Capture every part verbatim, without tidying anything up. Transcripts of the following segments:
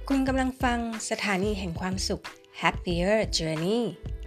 คุณกำลังฟังสถานีแห่งความสุข Happier Journey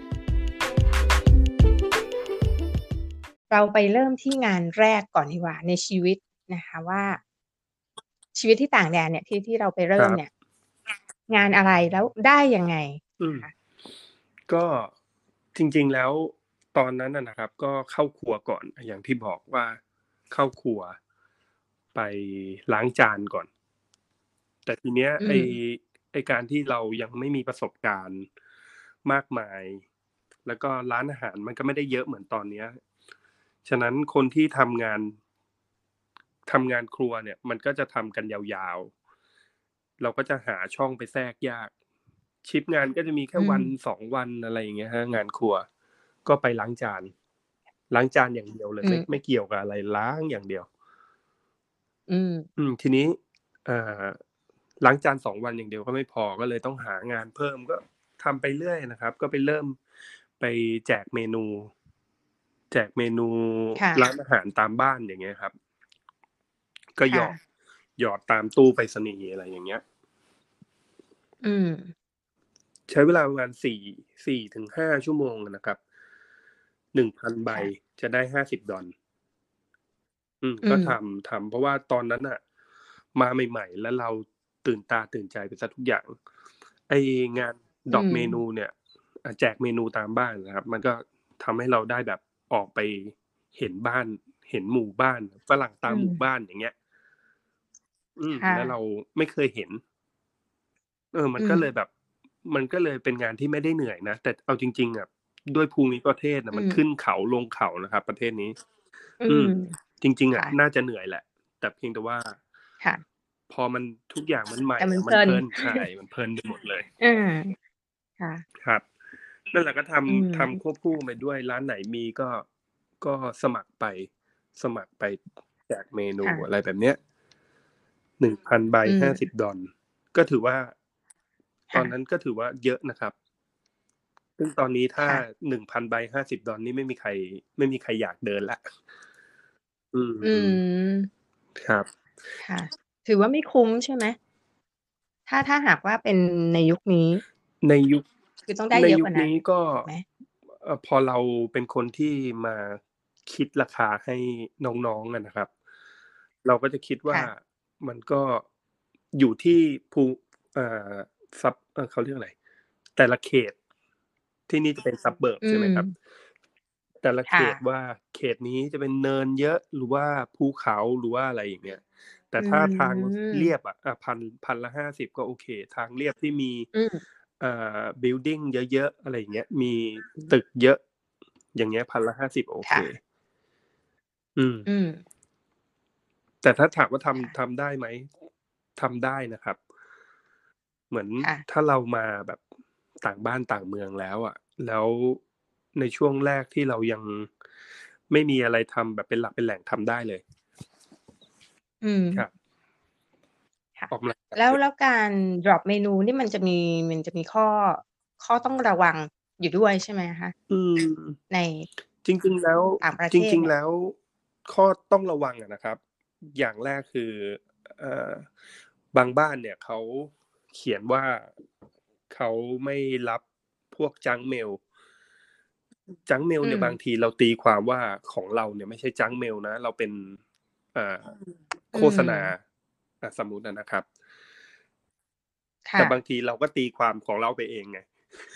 เราไปเริ่มที่งานแรกก่อนดีกว่าในชีวิตนะคะว่าชีวิตที่ต่างแดนเนี่ยที่ที่เราไปเริ่มเนี่ยงานอะไรแล้วได้ยังไงนะคะก็จริงๆแล้วตอนนั้นนะครับก็เข้าครัวก่อนอย่างที่บอกว่าเข้าครัวไปล้างจานก่อนแต่ทีเนี้ยไอไอการที่เรายังไม่มีประสบการณ์มากมายแล้วก็ร้านอาหารมันก็ไม่ได้เยอะเหมือนตอนเนี้ยฉะนั้นคนที่ทำงานทำงานครัวเนี่ยมันก็จะทำกันยาวๆเราก็จะหาช่องไปแทรกยากชิปงานก็จะมีแค่วันสองวันอะไรอย่างเงี้ยฮะงานครัวก็ไปล้างจานล้างจานอย่างเดียวเลยไม่ไม่เกี่ยวกับอะไรล้างอย่างเดียวอืมอืมทีนี้เอ่อล้างจานสองวันอย่างเดียวก็ไม่พอก็เลยต้องหางานเพิ่มก็ทำไปเรื่อยนะครับก็ไปเริ่มไปแจกเมนูแจกเมนูร้านอาหารตามบ้านอย่างเงี้ยครับก็หยอดหยอดตามตู้ไปรษณีย์อะไรอย่างเงี้ยอืมใช้เวลาประมาณสี่สี่ถึงห้าชั่วโมงนะครับหนึ่งพันใบจะได้ห้าสิบดอลอืมก็ทำทำเพราะว่าตอนนั้นอ่ะมาใหม่ๆแล้วเราตื่นตาตื่นใจไปซะทุกอย่างไองานดรอปเมนูเนี่ยแจกเมนูตามบ้านนะครับมันก็ทำให้เราได้แบบออกไปเห็นบ้านเห็นหมู่บ้านฝรั่งตามหมู่บ้านอย่างเงี้ยอืมแล้วเราไม่เคยเห็นเออมันก็เลยแบบมันก็เลยเป็นงานที่ไม่ได้เหนื่อยนะแต่เอาจริงๆอ่ะด้วยภูมิประเทศนะมันขึ้นเขาลงเขานะครับประเทศนี้อืมจริงๆอ่ะน่าจะเหนื่อยแหละแต่เพียงแต่ว่าพอมันทุกอย่างมันใหม่มันเพลินใช่มันเพลินไปหมดเลยอืมค่ะครับนั่นแหละก็ทำทำควบคู่ไปด้วยร้านไหนมีก็ก็สมัครไปสมัครไปแจกเมนูอะไรแบบเนี้ยหนึ่งพันใบห้าสิบดอลก็ถือว่าตอนนั้นก็ถือว่าเยอะนะครับซึ่งตอนนี้ถ้าหนึ่งพันใบห้าสิบดอลนี่ไม่มีใครไม่มีใครอยากเดินละอืมอืมครับค่ะถือว่าไม่คุ้มใช่ไหมถ้าถ้าหากว่าเป็นในยุคนี้ในยุคคือต้องได้ในเยอะกว่านั้นยุคนี้ก็ถูกไหมเอ่อพอเราเป็นคนที่มาคิดราคาให้น้องๆอะนะครับเราก็จะคิดว่ามันก็อยู่ที่ภูเอ่อซับเอ่อเขาเรียกอะไรแต่ละเขตที่นี่จะเป็น suburb ใช่ไหมครับแต่ละเขตว่าเขตนี้จะเป็นเนินเยอะหรือว่าภูเขาหรือว่าอะไรอย่างเงี้ยแต่ถ้าทางเรียบอะอ่าพันพันละห้าสิบก็โอเคทางเรียบที่มีเอ่อ building เยอะๆอะไรอย่างเงี้ยมีตึกเยอะอย่างเงี้ยพันละห้าสิบโอเคอืมแต่ถ้าถามว่าทำทำได้ไหมทำได้นะครับเหมือนถ้าเรามาแบบต่างบ้านต่างเมืองแล้วอ่ะแล้วในช่วงแรกที่เรายังไม่มีอะไรทำแบบเป็นหลักเป็นแหล่งทำได้เลยอืมครับค่ะออกมาแล้วแล้วการดรอปเมนูนี่มันจะมีมันจะมีข้อข้อต้องระวังอยู่ด้วยใช่ไหมคะอืมในจริงๆแล้วต่างประจเทศเนี่ยริงๆแล้วข้อต้องระวังอะนะครับอย่างแรกคือเอ่อบางบ้านเนี่ยเขาเขียนว่าเขาไม่รับพวกจังก์เมลจังก์เมลเนี่ยบางทีเราตีความว่าของเราเนี่ยไม่ใช่จังก์เมลนะเราเป็นเอ่อโฆษณาอ่ะสมมุตินะครับแต่บางทีเราก็ตีความของเราไปเองไง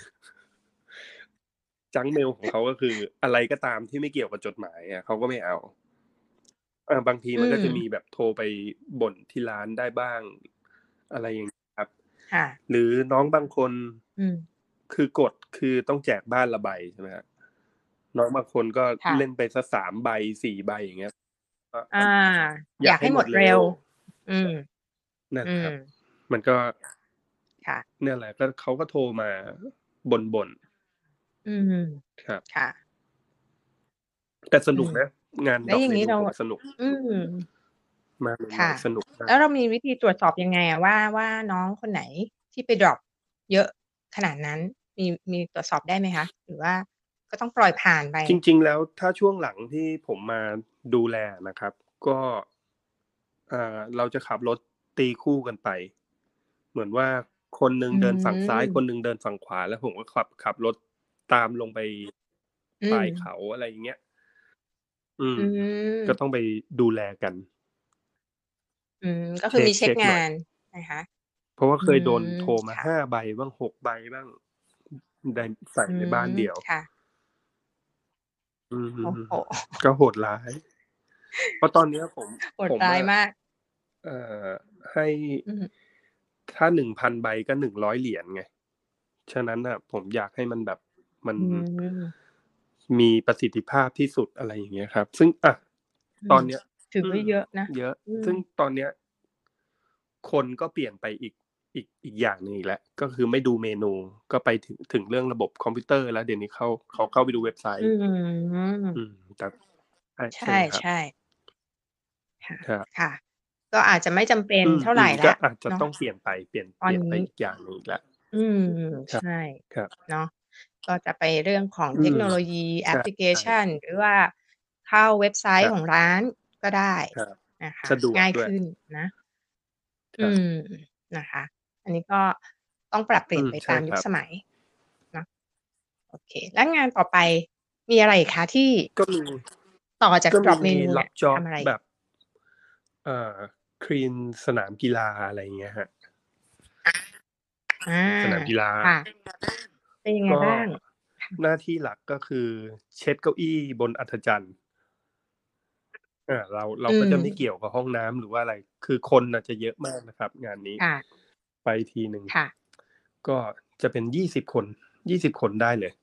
จังก์เมลของเขาก็คืออะไรก็ตามที่ไม่เกี่ยวกับจดหมายอ่ะเขาก็ไม่เอาเออบางทีมันก็จะมีแบบโทรไปบ่นที่ร้านได้บ้างอะไรอย่างนี้ครับหรือน้องบางคนคือกฎคือต้องแจกบ้านละใบใช่ไหมฮะน้องบางคนก็เล่นไปสักสามใบสี่ใบอย่างเงี้ยอาอยากให้หมดเร็วอืมนะครับมันก็เนี่ยแหละก็เขาก็โทรมาบ่นๆอืมๆครับค่ะแต่สนุกนะงานแล้วดรอปเมนูอย่างงี้เราผมสนุกอืมมาใหม่ค่ะๆสนุกมากแล้วเรามีวิธีตรวจสอบยังไงอะว่าว่าน้องคนไหนที่ไปดรอปเยอะขนาดนั้นมีมีตรวจสอบได้ไหมคะหรือว่าก็ต้องปล่อยผ่านไปจริงๆแล้วถ้าช่วงหลังที่ผมมาดูแลนะครับก็เอ่อเราจะขับรถตีคู่กันไปเหมือนว่าคนหนึ่งอืเดินฝั่งซ้าย คนมหนึ่งเดินฝั่งขวา แล้วผมก็ขับ ขับรถตามลงไปอืปลายมเขา อะไรอย่างเงี้ย อือืม ก็มต้องไปดูแลกันอืม ก็เคือมีเชช็็ก ๆคงหาน่อยนนะคะเพราะว่าอืเคยโดนมโทรมาค่ะห้า ใบบ้าง หก ใบบ้าง ใน ใส่อืในบ้านมเดียวค่ะอือฮึโอ้โฮก็โหดร้าย เพราะตอนเนี้ยผมโหดร้ผมอายะมากเอ่อ ให้อือฮึถ้า หนึ่งพัน ใบก็ หนึ่งร้อย เหรียญไง ฉะนั้นน่ะผมอยากให้มันแบบ มันอืมมีประสิทธิภาพที่สุด อะไรอย่างเงี้ยครับ ซึ่ง อะอืมตอนเนี้ย อถือืว่มาเยอะนะเยอะอืมซึ่งตอนเนี้ย คนก็เปลี่ยนไปอีก อีก อีกอย่างหนึ่งอีกแล้ว ก็คือไม่ดูเมนู ก็ไปถึง ถึงเรื่องระบบคอมพิวเตอร์แล้ว เดี๋ยวนี้เขา เขาเข้าไปดูเว็บไซอืต์มอืม แต่ ใช่ใใช่ไหมครับช่ ๆ ค่ะครับค่ะ ก็อาจจะไม่จำเป็นอืเท่าไรม ๆแลก็้วอาจจะเนาะต้องเปลี่ยนไป เปลี่ยนตอนนเปลี่ยนไปี้อีกอย่างหนึ่งอีกแล้วอืมคใรชับ่ครับเนาะ ก็จะไปเรื่องของอืมเทคโนโลยีแอใชปพลิเค่ชัน หรือว่าเข้าเว็บไซตคร์ับของร้านก็ได้ครับนะคะสะดวงก่ายขด้วยึ้นนะคอรืับม นะคะ อันนี้ก็ต้องปรับเปลอี่ืยนมไปใชต่ามครยุคับสมัย เนาะ โอเค แล้วงานต่อไปมีอะไรอีกคะที่ก็มีต่อจากก็ดรมีอปเมนูเรนีั่ยบจ็อทบำอะไร? แบบ เอ่อ คลีนสนามกีฬา อะไรอย่างเงี้ยครับอาสนามกีฬาค่ะ เป็นยังไงก็บ้าง? ค่ะหน้าที่หลักก็คือเช็ดเก้าอี้บนอัศจรรย์ อา เรา เราอืก็จะไม่เกมี่ยวกับห้องน้ำ หรือว่าอะไร คือคนน่ะจะเยอะมากนะครับงานนี้ค่ะไปทีหนึ่งค่ะก็จะเป็น ยี่สิบ คน ยี่สิบ คนได้เลย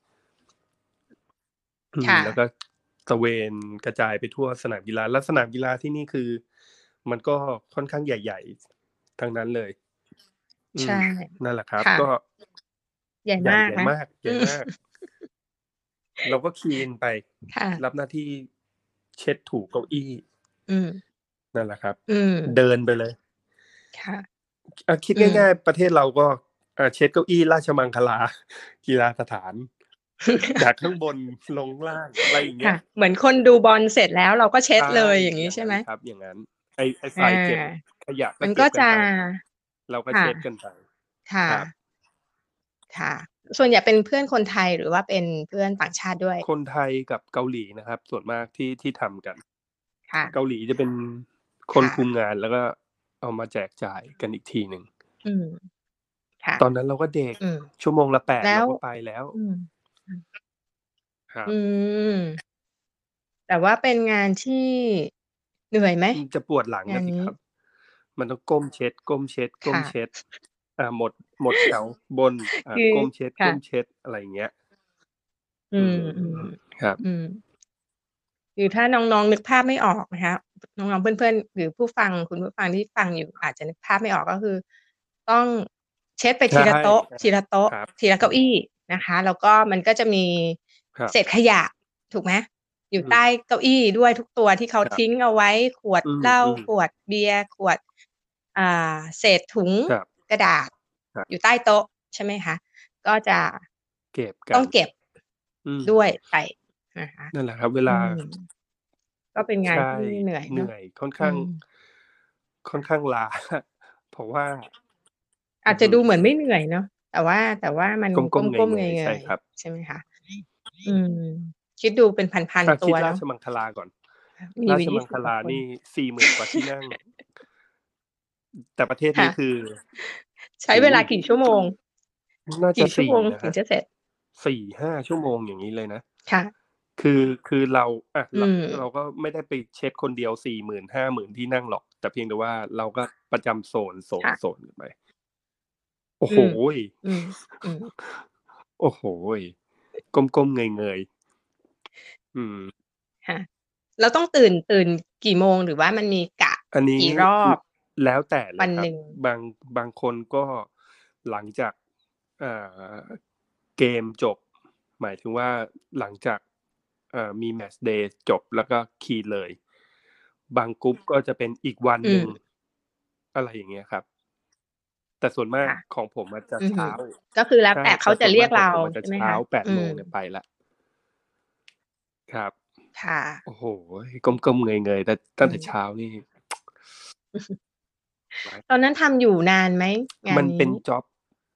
อืคม่แล้วะก็ตระเวนกระจายไปทั่วสนามกีฬา แล้วสนามกีฬาที่นี่คือมันก็ค่อนข้างใหญ่ ๆ ทั้งนั้นเลย อใืช่ม นั่นแหละครับค่ะก็ใหญ่ใหญ่มาใกนะหญ่มาก ใหอญื่มมาก เราก็คลีนไปค่ะรับหน้าที่เช็ดถูเก้าอี้อืมนั่นแหละครับอืมเดินไปเลยค่ะอะ คิดอืง่ายมๆ ประเทศเราก็ อ่า เช็ดเก้าอี้ราชมังคลา กีฬาสถาน จากข้างบนลงล่าง อะไรอย่างเงคี้่ะยเหมือนคนดูบอลเสร็จแล้วเราก็เช็ใชด่เลย อย่างงอี้ย่างใชง่ั้ไหม? นครับ อย่างงั้น ไอ้ ไอ้อฝ่าายเก็บขยะกม็ันเกก็็บกจันะไป เราก็ค่เชะ็ดกันไปค่ะครับค่ะ ส่วนใหญ่เป็นเพื่อนคนไทย หรือว่าเป็นเพื่อนต่างชาติด้วย? คนไทยกับเกาหลีนะครับ ส่วนมากที่ ที่ทำกันค่ะเกาหลีจะเป็นคคน่คุะมงาน แล้วก็เอามาแจกจ่ายกันอีกทีหนึ่งอืม ค่ะตอนนั้นเราก็เด็กอืมชั่วโมงละ แปดแลเ้วราก็ไปแล้วอืม อืมครัอืบม แต่ว่าเป็นงานที่เหนื่อยไหม? อืม จะปวดหลังงอาะนนี้สิครับ มันต้องก้มเช็ด ก้มเช็ด กค้่มะเช็ด อ่า หมด หมดแถวบน อ่คาือก้มเช็ดค่ก้มะเช็ด อะไรอย่างเงี้ยอือืมม ครับๆ อืม คือถ้าน้อง ๆ นึกภาพไม่ออกนะคะ น้อง ๆ เพื่อน ๆ หรือผู้ฟัง คุณผู้ฟังที่ฟังอยู่อาจจะนึกภาพไม่ออก ก็คือต้องเช็ดไปใชท่ีละโต๊ะอาทีละโต๊ะครับทีละเก้าอี้นะคะ แล้วก็มันก็จะมีครับเศษขยะ ถูกไหม อยูอ่ืใต้มเก้าอี้ด้วยทุกตัวที่เขาทครับิ้งเอาไว้ ขวดอืเหล้ามขๆวดเบียร์ ขวด อ่า เศษถุงครับกระดาษครับอยู่ใต้โต๊ะ ใช่ไหมคะ ก็จะเก็บกตั้อนงเก็บอืมด้วยไปนะคะนั่นแหละครับ เวอลืาม ก็เป็นงใาชน่ที่เหนื่อยเหเนนาืะ่อย ค่อนขอื้างมค่อนข้างล้า เพราะว่าออาืจอจฮะึดูเหมือนไม่เหนื่อยเนาะ แต่ว่า แต่ว่ามันกก้ม ๆม ๆเเงย ๆ ใงช่ยครับๆ ใช่ไหมคะ อืม คิดดูเป็นพันอาๆ ตคัิวดเรนาาะชมังคลาก่อนมีรอายู่ ยีชม่ังสิบคลกว่าานี่คนสี่หมื่น กว่าที่นั่ง แต่ประเทศคน่ี้ะคือใชโอ้้เวโลาฮกี่ชั่วโมง? น่ากจะี่ชัส่วี่โมงนะครถึงับจะเสร็จ? สี่ห้า ชั่วโมง อย่างงี้เลยนะค่ะคือ คือเรา อะอืร เรามก็ไม่ได้ไปเช็ดคนเดียว สี่หมื่น ห้าหมื่น ที่นั่งหรอก แต่เพียงแต่ว่าเราก็ประจำโซนค่ะๆ ๆ กันไป โอ้อืโฮม อืม อืมโอ้โฮ ก้ม ๆ เงย ๆ อืมค่ะ แล้วต้องตื่น ตื่นกี่โมง หรือว่ามันมีกะอันนีก้ี่รอลบ? แล้วแต่เลวัยครนหันบึ่งบาง บางคนก็หลังจาก อ่า เกมจบ หมายถึงว่าหลังจาก เอ่อ มีแมตช์เดย์จบ แล้วก็คลีนเลย บาง group ก็จะเป็นอีกวันหนึ่งอืมอะไรอย่างเงี้ยครับ แต่ส่วนมาคก่ะของผมอะจะอือเฮชึ้าก็คือแล้ใวช่แต่เแขตา่จส่ะวนเรียกเรมากของาผมอะจใชะ่ไหเมช้าคะ? แปดอืมโมงเนี่ยไปแล้ว ครับค่ะโอ้โฮ ก้ม ๆ เงย ๆ แต่อตืั้งแต่มเช้านี่ ไว้ตอนนั้นทำอยู่นานไหม? งามนันนเีป็้นจ็อบ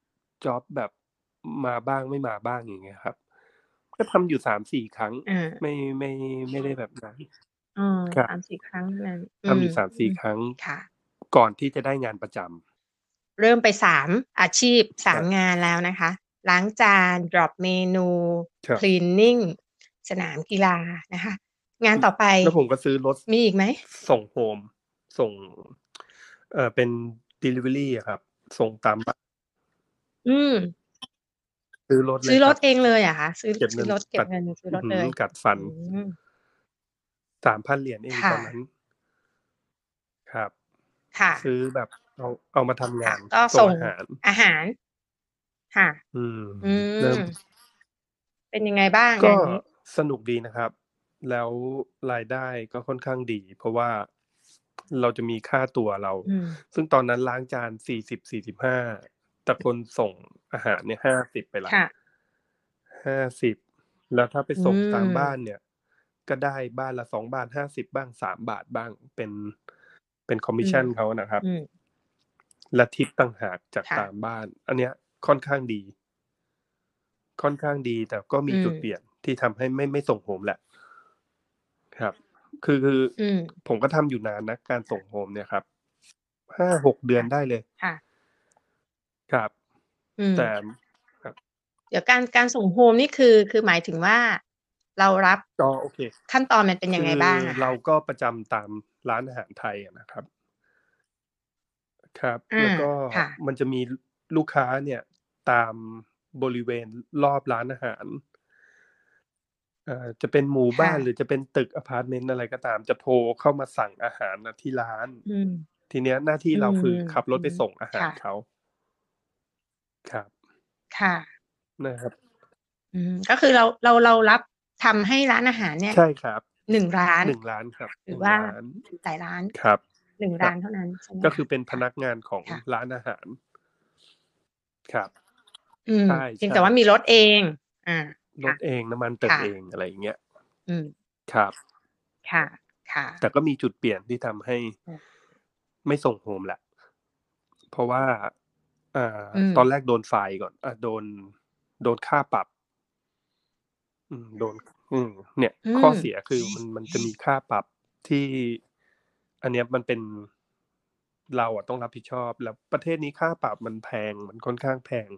จ็อบแบบมาบ้างไม่มาบ้างอย่างเงี้ยครับก็ทำอยู่ สามสี่ ครั้งไม่ไม่ไม่ได้แบบนั้นอ๋อครับสามสี่ ครั้งนั้นทำอยู่ สามสี่ ครั้งค่ะก่อนที่จะได้งานประจำเริ่มไป สาม อาชีพ สามครับงานแล้วนะคะ ล้างจาน ดรอปเมนูครับ cleaning สนามกีฬานะคะ งานต่อไปแล้วผมก็ซื้อรถมีอีกไหม? ส่งโฮม ส่ง เอ่อ เป็นดิลิเวอรีอะครับ ส่งตามบ้านอืมซื้อรถเลซื้อรถยครับเองเลยเหรอคะ ซื้อเก็บซืเ้งอินรถ เก็ตับดเงินซื้อรถอื้อฮืเลอยกัดฟันอืมสามพัน เหรียญเองค่ตอะนนั้น ครับค่ะซื้อแบบ เอา เอามาทำงค่าะนก็ส่สง่งอาหารอาหาร ค่ะอืมอืเริ่มม เป็นยังไงบ้างกงา็นนี้? สนุกดีนะครับ แล้วรายได้ก็ค่อนข้างดี เพราะว่า เราจะมีค่าตัวเราอืมซึ่งตอนนั้นล้างจาน สี่สิบสี่สิบห้า แต่คนส่งอาหารเนี่ย ห้าสิบ ไปแล้คว่ะห้าสิบ แล้วถ้าไปอืส่งตามบ้ามนเนี่ย ก็ได้บ้านละ สองบาทห้าสิบ บ้าง สามบาท บ้าง เป็น เป็นคอมมิอืมชชันเขานะครับอืมและทิปต่างหากจากค่ตาะมบ้าน อันเนี้ยค่อนข้างดี ค่อนข้างดี แต่ก็อมีืจุดเปลี่มยนที่ทำให้ไม่ ไม่ส่งโฮมแหละ ครับ คือ คืออืมผมก็ทำอยู่นานนะ การคส่่ะงโฮมเนี่ยครับ ห้าหก เดืคอ่นะได้เลยค่ะครับอืแต่มครับเดี๋ยวการ การส่งโฮมนี่คือ คือหมายถึงว่า เรารับอ๋อ โอเคขั้นตอนมันเป็นคยังืไงอบ้างอะเคราะ? ก็ประจำตามร้านอาหารไทยอะนะครับ ครับอาแล้วก็ค่ะมันจะมี ล ลูกค้าเนี่ยตามบริเวณรอบร้านอาหาร เอ่อ จะเป็นหมู่คบ้่าน หรืะอจะเป็นตึกอะพาร์ตเมนต์อะไรก็ตาม จะโทรเข้ามาสั่งอาหารน่ะที่ร้านอืมทีเนี้ยหน้าที่อืเรามคือขับรอืมถไปส่งอาคหา่ระเขา ครับค่ะนะครับอืม ก็คือเรา เรา เรารับทำให้ร้านอาหารเนี่ยใช่ครับหนึ่ง ร้านหนึ่ง ร้านครับหรหืนึ่องว่าร้านหลายร้าน? ครับหนึ่งครร้ัาบนเท่านั้นใช่ไหมก็คคืะ? อเป็นพค่ะนักงานของค่ะร้านอาหาร ครับอืใม เพียงชแต่่ว่ามีๆรถเอง อา คร่ะถเอง น้ำมันเติคม่เอะง อะไรอย่างเงี้ยอืมครับค่ะ ค่แต่ะก็มีจุดเปลี่ยนที่ทำให้อืมไม่ส่งโฮมแหละ เพราะว่า อ่าอืมตอนแรกโดน fine ก่อน อ่า โดน โดนค่าปรับ อืม โดน อืม เนี่ยอืข้อเสียมคือมัน มันจะมีค่าปรับที่ อันเนี้ยมันเป็น เราอะต้องรับผิดชอบ แล้วประเทศนี้ค่าปรับมันแพง มันค่อนข้างแพง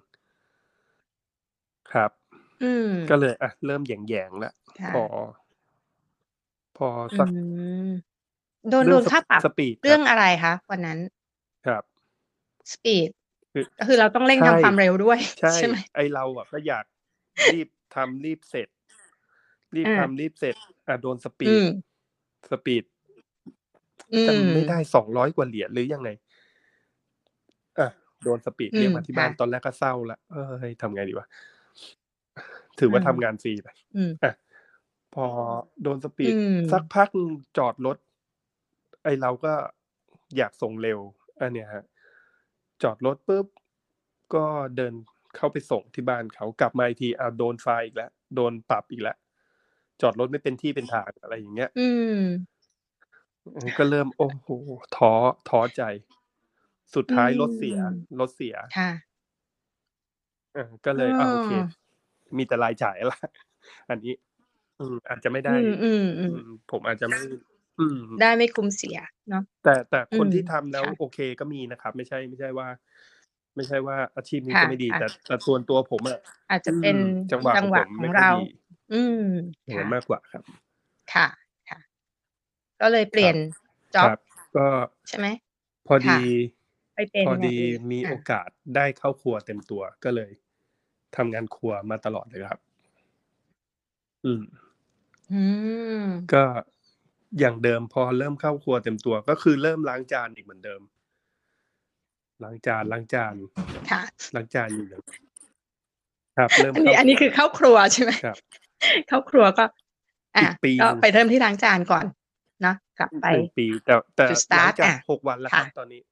ครับอืก็มเลย อะ เริ่มแหยง ๆ แล้วค่พอะพออืสักม โดนเรืโ่ดองสนค่าปรับสปีดเรคื่รับองอะไรคะวันนั้น? ครับสปีดคือก็คือเราต้องเร่ใงชท่ำความเร็วด้วยใช่ใช่ไหม? ไอ้เราอะก็อยากรีบทำรีบเสร็จ รีบอทาำรีบเสร็จ อ่า โดนสปอืีดมสปีดอืจำไม่ได้มสองร้อย กว่าเหรียญหรือยังไง อา โดนสปีดอืมเรียกมาที่คบ้่านะตอนแรกก็เศร้าแล้ว เฮ้ย ทำไงดีวะ ถืออืว่ามทำงานฟรีไปอืมอะ พอโดนสปอืีดสักมพักหนึ่งจอดรถ ไอ้เราก็อยากส่งเร็ว อา เนี่ยครับ จอดรถปุ๊บ ก็เดินเข้าไปส่งที่บ้านเขา กลับมาอีกที อ้าว โดน fine อีกแล้ว โดนปรับอีกแล้ว จอดรถไม่เป็นที่เป็นทาง อะไรอย่างเงี้ยอืมอือ ก็เริ่ม โอ้โฮ ท้อ ท้อใจ สุดอืท้ายรถเสียมรถเสียค่ะอา ก็เเลย อา โอเคออมีแต่รายจ่าย แล้ว อันนี้ อืม อาจจะไม่อืได้มอืๆ ๆม ผมอาจจะไม่ อืมได้ไม่คุ้มเสียเนาะแต่ แต่อืมคนที่ทำแล้คว่ะโอเคก็มีนะครับ ไม่ใช่ ไม่ใช่ว่า ไม่ใช่ว่าอาชีพนี้ค่จะไม่ดีะแต่ๆแต่ส่วนตัวผมอะอาจจอะืเป็นม จังหวะจังหวของผะมของเรไม่ค่อยาดีอืมอย่างคนั่้ะนมากกว่าครับค่ะ ค่ะ ก็เลยเปลครี่ับยนจ็อบครับ ก็ใช่ไหม? คพอด่ะีไปเป็พอดนอย่างีอื่นมีอโอากาสได้เข้าครัวเต็มตัว ก็เลยทำงานครัวมาตลอดเลยครับ อืมอืมก็อย่างเดิม พอเริ่มเข้าครัวเต็มตัว ก็คือเริ่มล้างจานอีกเหมือนเดิม ล้างจาน ล้างจานค่ะล้างจานอยู่ ครับ เริ่อมันเขนี้้าอันนี้คือครัวแล้วเข้าครัวใช่ไหม? ครับเข้าครัวก็ ออาีกปีหนึ่งก็ไปเริ่มที่ล้างจานก่อนเนาะ กลับไปหนึ่ง ปี แต่ แต่จุดสตหลัางร์ตจาอกาหก วันแล้วคค่รับะตอนนี้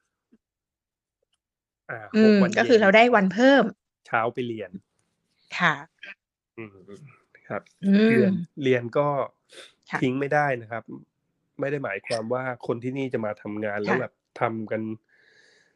อาอืหกมวันเยก็ค็ือนเราได้วันเพิ่มเช้าไปเรียนค่ะอืม ครับอืเรียนมเรียนก็ค่ทิ้ะงไม่ได้นะครับ ไม่ได้หมายความว่าคนที่นี่จะมาทำงานแล้ค่วแบะบทำกัน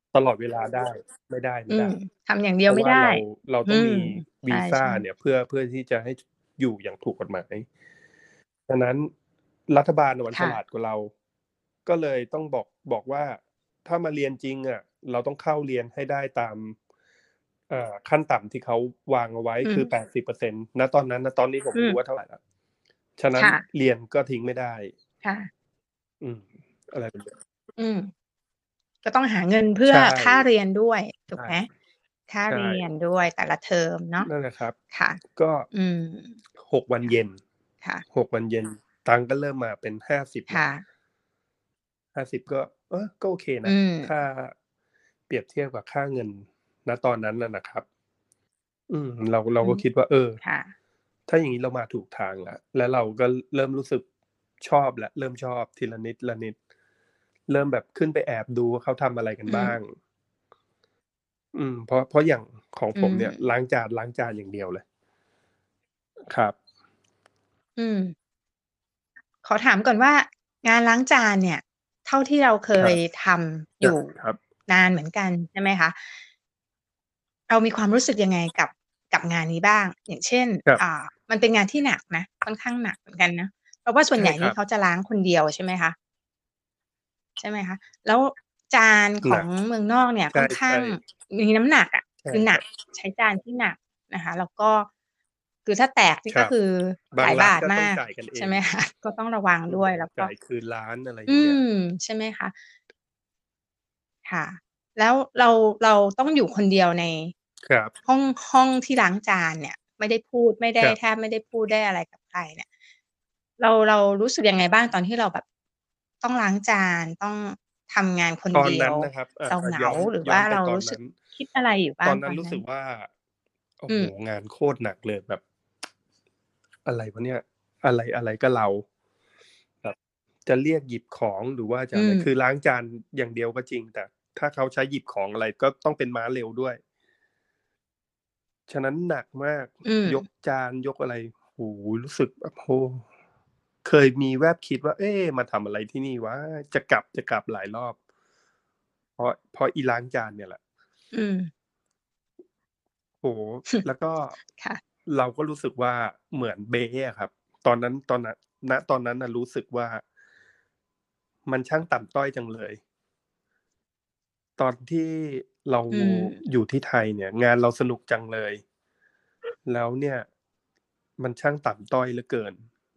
ตลอดเวลาได้ ไม่ได้ ไอม่ืได้ม ทำอย่างเดีเยพราวไะม่ได้ว่าเรา เราอืมต้องมีใวีซาช่ ๆเนี่ย เพื่อ เพื่อที่จะให้ อยู่อย่างถูกกฎหมาย ฉะนั้นรัฐบาลน่ะมันคฉ่ลาะดกว่าเรา ก็เลยต้องบอก บอกว่า ถ้ามาเรียนจริงอะ เราต้องเข้าเรียนให้ได้ตาม เอ่อ ขั้นต่ำที่เขาวางเอาไว้ คืออืมแปดสิบเปอร์เซ็นต์ ณ ตอนนั้นนะ ตอนนี้ผมอืมไม่รู้ว่าเท่าไรแล้ว ฉะนั้คน่ะเรียนก็ทิ้งไม่ได้ค่ะอืม อะไรแบบเนี้ยอืม ก็ต้องหาเงินเพื่ใอช่ค่าเรียนด้วย ถใูชก่ไหม? ค่าใชเรี่ยนด้วยแต่ละเทอมเนาะนั่นแหละครับค่ะก็อืมหก วันค่ะเย็นค่ะหก วันเย็น ตังค์ก็เริ่มมาเป็น ห้าสิบคแล้่วะห้าสิบ ก็ เออ ก็โอเคอืนะมถ้าเปรียบเทียบกับค่าเงิน ณ ตอนนั้นน่ะนะครับ อืม เรา เราอืมก็คิดว่า เออค่ะถ้าอย่างงี้เรามาถูกทางแล้ว แล้วเราก็เริ่มรู้สึกชอบแล้ว เริ่มชอบทีละนิด ๆ เริ่มแบบขึ้นไปแอบดูว่าเขาทำอะไรกันบ้างอืมอืม เพราะ เพราะอย่างของอืผมเนี่ยมล้างจาน ล้างจานอย่างเดียวเลย ครับอืม ขอถามก่อนว่า งานล้างจานเนี่ย เท่าที่เราเคยครับทำอยู่ครับนานเหมือนกัน ใช่ไหมคะ? เรามีความรู้สึกยังไงกับ กับงานนี้บ้าง? อย่างเช่นครับอ่า มันเป็นงานที่หนักนะ ค่อนข้างหนักเหมือนกันนะ เพราะว่าส่ใวชนใ่หญ่นครี่ับเขาจะล้างคนเดียว ใช่ไหมคะ? ใช่ไหมคะ? แล้วจานขหนองักเมืองนอกเนี่ยใค่อนข้ชา่งๆมีน้ำหนักอะใช่คือหนครัักบใช้จานที่หนักนะคะ แล้วก็ คือถ้าแตกนี่ครับก็คือบหาลงายร้บานาทมก็ต้องากจ่ายกันเใอช่งไหม คะ ก็ต้องระวังอืมด้วย แล้วกจ็่ายคืนร้าน อะไรออย่าืงเงี้ยม ใช่ไหมคะ? ค่ะ แล้วเรา เราต้องอยู่คนเดียวในครับห้อง ห้องที่ล้างจานเนี่ย ไม่ได้พูด ไม่ได้ครับแทบไม่ได้พูดได้อะไรกับใครเนี่ย เรา เรารู้สึกยังไงบ้างตอนที่เราแบบต้องล้างจาน ต้องทำงานคนตอเนดียวนั้นนะครับ อ่าเราอ่าเหงยา้อนหรือวย้อ่านไปตเรารอนู้นสึั้กนคิดอะไรอยู่บ้ตาอนนังต้นรอนู้นัส้ึน? กว่า โอ้อืโฮมงานโคตรหนักเลย แบบ อะไรวะเนี่ย อะไร อะไรก็เรา แบบจะเรียกหยิบของ หรือว่าจะอะไร คือืมอล้างจานอย่างเดียวก็จริง แต่ถ้าเขาใช้หยิบของอะไร ก็ต้องเป็นม้าเร็วด้วย ฉะนั้นหนักมากอืมยกจาน ยกอะไร โอ้โฮ รู้สึกแบบ โอ้ เคยมีแว่บคิดว่า เอ๊ มาทำอะไรที่นี่วะ จะกลับ จะกลับหลายรอบ เพราะ เพราะอีล้างจานเนี่ยแหละอืมโอ้โฮ แล้วก็ค่ะเราก็รู้สึกว่า เหมือนเบ๊อะครับ ตอนนั้น ตอนนั้น ณ ตอนนั้นน่ะรู้สึกว่า มันช่างต่ำต้อยจังเลย ตอนที่เราอืมอยู่ที่ไทยเนี่ย งานเราสนุกจังเลย แล้วเนี่ย มันช่างต่ำต้อยเหลือเกิน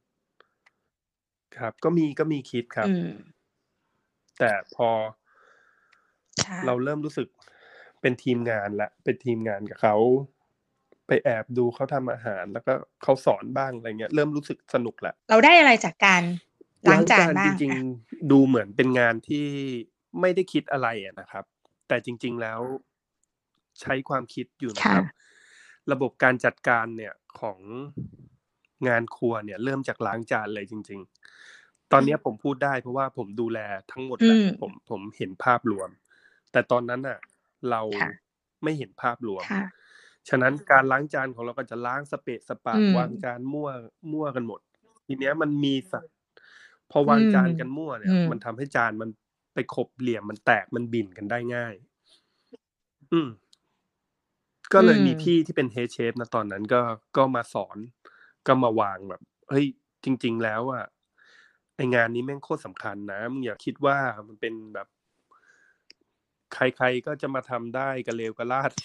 ครับ ก็มี ก็มีคิดครอัืบมแต่พอค่เราะเริ่มรู้สึกเป็นทีมงานแล้ว เป็นทีมงานกับเขา ไปแอบดูเขาทำอาหาร แล้วก็เขาสอนบ้าง อะไรเงี้ย เริ่มรู้สึกสนุกแล้วเราได้อะไรจากการล้ลา้งางจจานานบ้จาง? ริงอะๆ ดูเหมือนเป็นงานที่ไม่ได้คิดอะไรอะนะครับ แต่จริง ๆ แล้ว ใช้ความคิดอยู่นคะ่ครับะระบบการจัดการเนี่ยของงานครัวเนี่ย เริ่มจากล้างจานเลยจริง ๆ ตอนเนี้ยผมพูดได้ เพราะว่าผมดูแลทั้งหมดอืแล้ว ผมมผมเห็นภาพรวม แต่ตอนนั้นน่ะเราค่ะไม่เห็นภาพรวมค่ะฉะนั้นการล้างจานของเราก็จะล้างสะเปะสะปอืะ วางมจานมั่ว มั่วกันหมด ทีเนี้ยมันมี ส พออืวางมจานกันมั่วเอนืี่ยมมันทำให้จานมันไปขบเหลี่ยม มันแตก มันบิ่นกันได้ง่าย อืม ก็อืเลยมีพี่มที่เป็น Head Chef ณ ตอนนั้น ก็ ก็มาสอน ก็มาวางแบบ เฮ้ย จริง ๆ แล้วอะ ไอ้งานนี้แม่งโคตรสำคัญนะ มึงอย่าคิดว่ามันเป็นแบบ ใคร ๆ ก็จะมาทำได้กะเลวกะลาด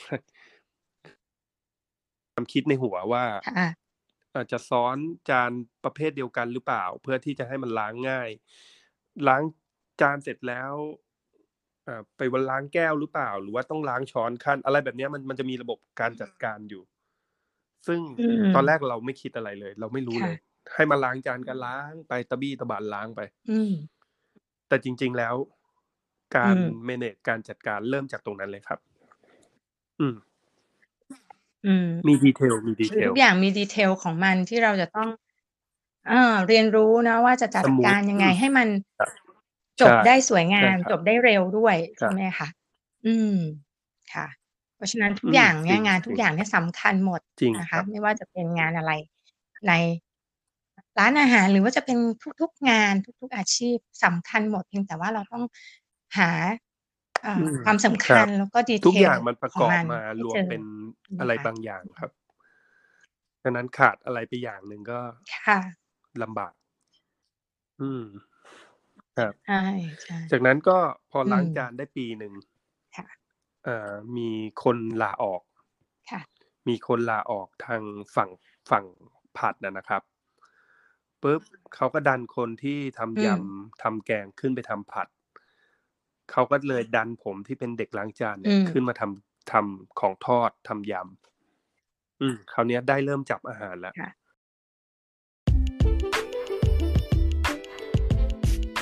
ความคิดในหัวว่าค่ะอาจจะซ้อนจานประเภทเดียวกันหรือเปล่า เพื่อที่จะให้มันล้างง่าย ล้างจานเสร็จแล้ว อ่า ไป ว ล้างแก้วหรือเปล่า หรือว่าต้องล้างช้อนคั่น อะไรแบบเนี้ย มัน มันจะมีระบบการจัดการอยู่ ซึ่งอืตอนแรมกเราไม่คิดอะไรเลย เราไม่รู้ค่เลยะให้มาล้างจานก็ล้างไป ตะบี้ตะบันล้างไปอืมแต่จริง ๆ แล้ว กอืารม manage การจัดการเริ่มจากตรงนั้นเลยครับ อืมอืมมี detail มีคือทุก detail อย่างมี detail ของมันที่เราจะต้อง เออ เรียนรู้เนาะว่าจะจัสมูทดการยัองืมไงให้มันครับจใช่บได้สวยงใชา่มครับจบได้เร็วด้วย ใคชร่ับไหมคะ อืม ค่ะ เพราะฉะนั้นทุอกืมอย่างเนจีร่ิยงงานทุกจริงอย่างเนี่ยสำคัญหมดนจริงะคคะรับไม่ว่าจะเป็นงานอะไร ใน ร้านอาหาร หรือว่าจะเป็นทุก ๆ งาน ทุก ๆ อาชีพสำคัญหมด เพียงแต่ว่าเราต้องหาอ่าอืมความสำคคัรัญบแล้วก็ทุก detail อย่างมันประของกอบมันมาให้รวเจมอเป็นใช่ไหมอะไรคะ? บางอย่างครับ ฉะนั้นขาดอะไรไปอย่างหนึ่งก็ค่ะลำบาก อืม ครับใช่จากนั้นก็พอๆ อืล้างจามนได้ปีหนึ่งค่ะเอ่อ มีคนลาออกค่ะมีคนลาออกทางฝั่ง ฝั่งผัดอะนะครับ ปุ๊บ เขาก็ดันคนที่ทอืำยมำ ทำแกงขึ้นไปทำผัด เขาก็เลยดันผมที่เป็นเด็กล้างจานเอนืี่ยมขึ้นมาทำ ทำของทอด ทำยำ อืม คราวเนี้ยได้เริ่มจับอาหารแล้วค่ะ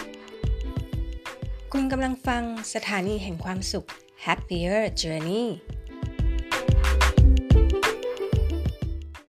คุณกำลังฟังสถานีแห่งความสุข Happier Journey